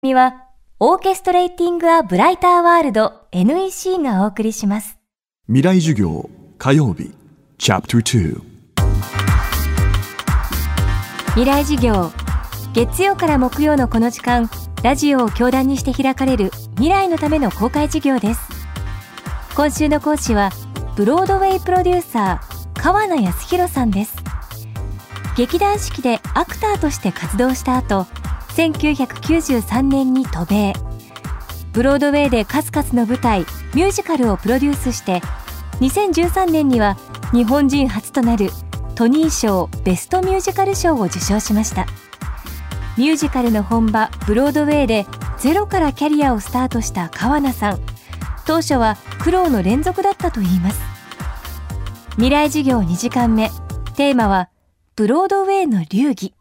組はオーケストレーティング・ア・ブライター・ワールド NEC がお送りします。 未来授業火曜日チャプター2、 未来授業、月曜から木曜のこの時間、ラジオを教壇にして開かれる未来のための公開授業です。今週の講師はブロードウェイプロデューサー川名康弘さんです。劇団四季でアクターとして活動した後、1993年に渡米。ブロードウェイで数々の舞台、ミュージカルをプロデュースして、2013年には日本人初となるトニー賞ベストミュージカル賞を受賞しました。ミュージカルの本場ブロードウェイでゼロからキャリアをスタートした川名さん。当初は苦労の連続だったといいます。未来授業2時間目、テーマはブロードウェイの流儀。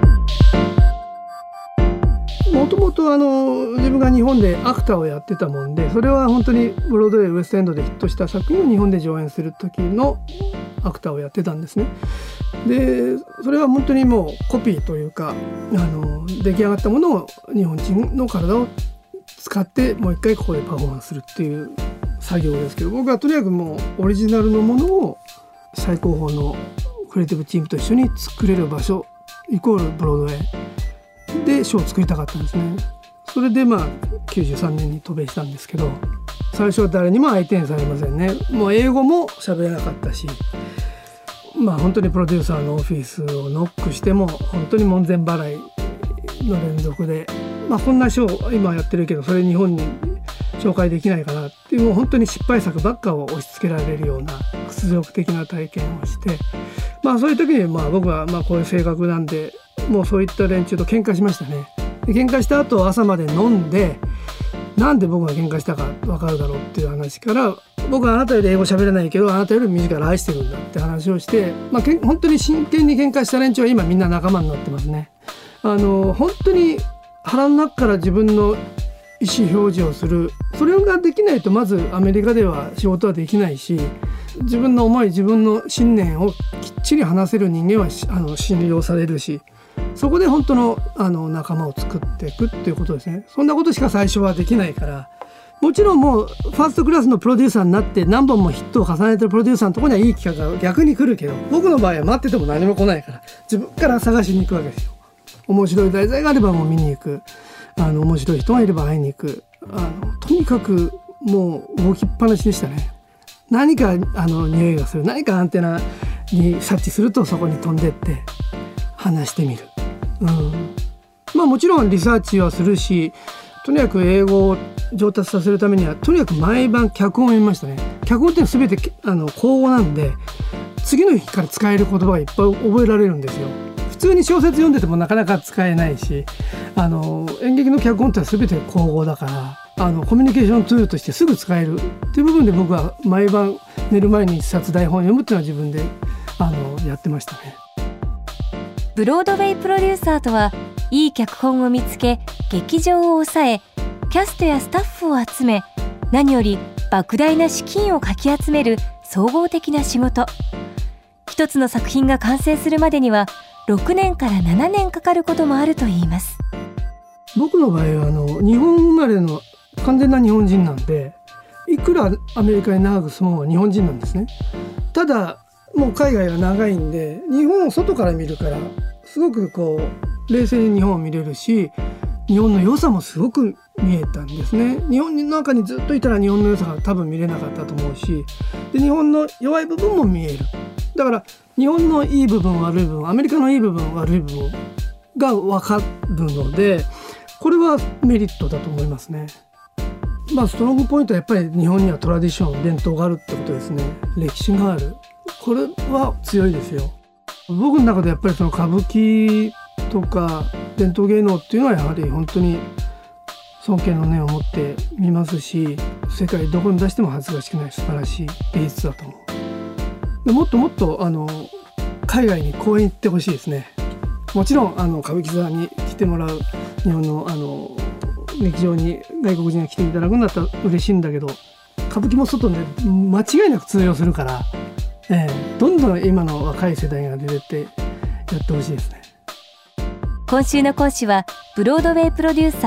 もともと自分が日本でアクターをやってたもんで、それは本当にブロードウェイウエストエンドでヒットした作品を日本で上演する時のアクターをやってたんですね。でそれは本当にもうコピーというか出来上がったものを日本人の体を使ってもう一回ここでパフォーマンスするっていう作業ですけど、僕はとにかくもうオリジナルのものを最高峰のクリエイティブチームと一緒に作れる場所イコールブロードウェイでショーを作りたかったんですね。それで93年に渡米したんですけど、最初は誰にも相手にされませんね。もう英語も喋れなかったし、本当にプロデューサーのオフィスをノックしても本当に門前払いの連続で、こんなショー今やってるけどそれ日本に紹介できないかなっていう、もう本当に失敗作ばっかを押し付けられるような屈辱的な体験をして、そういう時に僕はこういう性格なんで、もうそういった連中と喧嘩しましたね。で喧嘩した後朝まで飲んで、なんで僕が喧嘩したか分かるだろうっていう話から、僕はあなたより英語喋れないけどあなたよりミュージカル愛してるんだって話をして、本当に真剣に喧嘩した連中は今みんな仲間になってますね。本当に腹の中から自分の意思表示をする、それができないとまずアメリカでは仕事はできないし、自分の思い自分の信念をきっちり話せる人間は信用されるし、そこで本当の仲間を作っていくっていうことですね。そんなことしか最初はできないから、もちろんもうファーストクラスのプロデューサーになって何本もヒットを重ねてるプロデューサーのところにはいい企画が逆に来るけど、僕の場合は待ってても何も来ないから自分から探しに行くわけですよ。面白い題材があればもう見に行く、面白い人がいれば会いに行く、とにかくもう動きっぱなしでしたね。何か匂いがする、何かアンテナに察知するとそこに飛んでって話してみる、もちろんリサーチはするし、とにかく英語を上達させるためにはとにかく毎晩脚本を読みましたね。脚本っていうのは全て口語なんで、次の日から使える言葉がいっぱい覚えられるんですよ。普通に小説読んでてもなかなか使えないし、演劇の脚本ってのは全て口語だから、コミュニケーションツールとしてすぐ使えるっていう部分で、僕は毎晩寝る前に一冊台本を読むっていうのは自分でやってましたね。 ブロードウェイプロデューサーとは、いい脚本を見つけ劇場を抑え、キャストやスタッフを集め、何より莫大な資金をかき集める総合的な仕事。一つの作品が完成するまでには6年から7年かかることもあるといいます。 僕の場合は日本生まれの完全な日本人なんで、いくらアメリカに長く住もうが日本人なんですね。ただもう海外が長いんで、日本を外から見るからすごく冷静に日本を見れるし、日本の良さもすごく見えたんですね。日本の中にずっといたら日本の良さが多分見れなかったと思うし、で日本の弱い部分も見える。だから日本のいい部分悪い部分、アメリカのいい部分悪い部分が分かるので、これはメリットだと思いますね。ストロングポイントはやっぱり日本にはトラディション、伝統があるってことですね。歴史がある、これは強いですよ。僕の中でやっぱりその歌舞伎とか伝統芸能っていうのはやはり本当に尊敬の念を持って見ますし、世界どこに出しても恥ずかしくない素晴らしい芸術だと思う。でもっともっと海外に公演行ってほしいですね。もちろん歌舞伎座に来てもらう、日本の劇場に外国人が来ていただくんだったら嬉しいんだけど、歌舞伎も外で間違いなく通用するから、どんどん今の若い世代が出てってやってほしいですね。 今週の講師はブロードウェイプロデューサー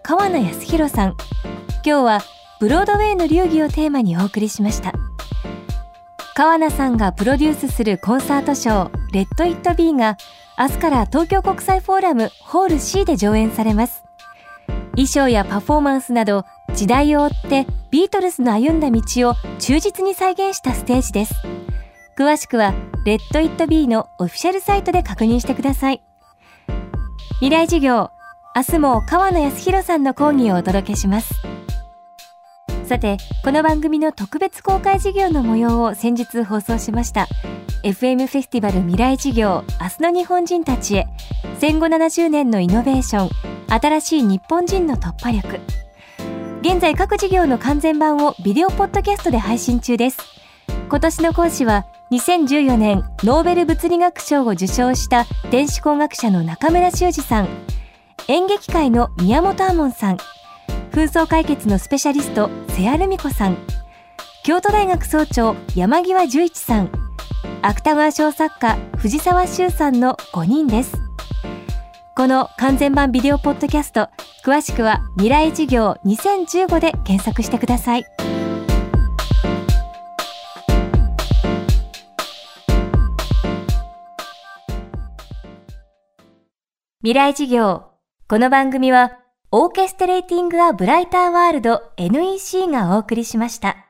川名康弘さん。今日はブロードウェイの流儀をテーマにお送りしました。川名さんがプロデュースするコンサートショーレッド・イット・ビーが明日から東京国際フォーラムホール C で上演されます。衣装やパフォーマンスなど時代を追ってビートルズの歩んだ道を忠実に再現したステージです。詳しくはレッド・イット・ビーのオフィシャルサイトで確認してください。未来授業、明日も川野康弘さんの講義をお届けします。さて、この番組の特別公開授業の模様を先日放送しました。 FM フェスティバル未来授業、明日の日本人たちへ、戦後70年のイノベーション、新しい日本人の突破力。現在各授業の完全版をビデオポッドキャストで配信中です。今年の講師は2014年ノーベル物理学賞を受賞した電子工学者の中村修二さん、演劇界の宮本亞門さん、紛争解決のスペシャリスト瀬谷ルミ子さん、京都大学総長山際十一さん、芥川賞作家藤沢修さんの5人です。この完全版ビデオポッドキャスト、詳しくは未来授業2015で検索してください。未来授業、この番組はオーケストレーティング・ア・ブライター・ワールド NEC がお送りしました。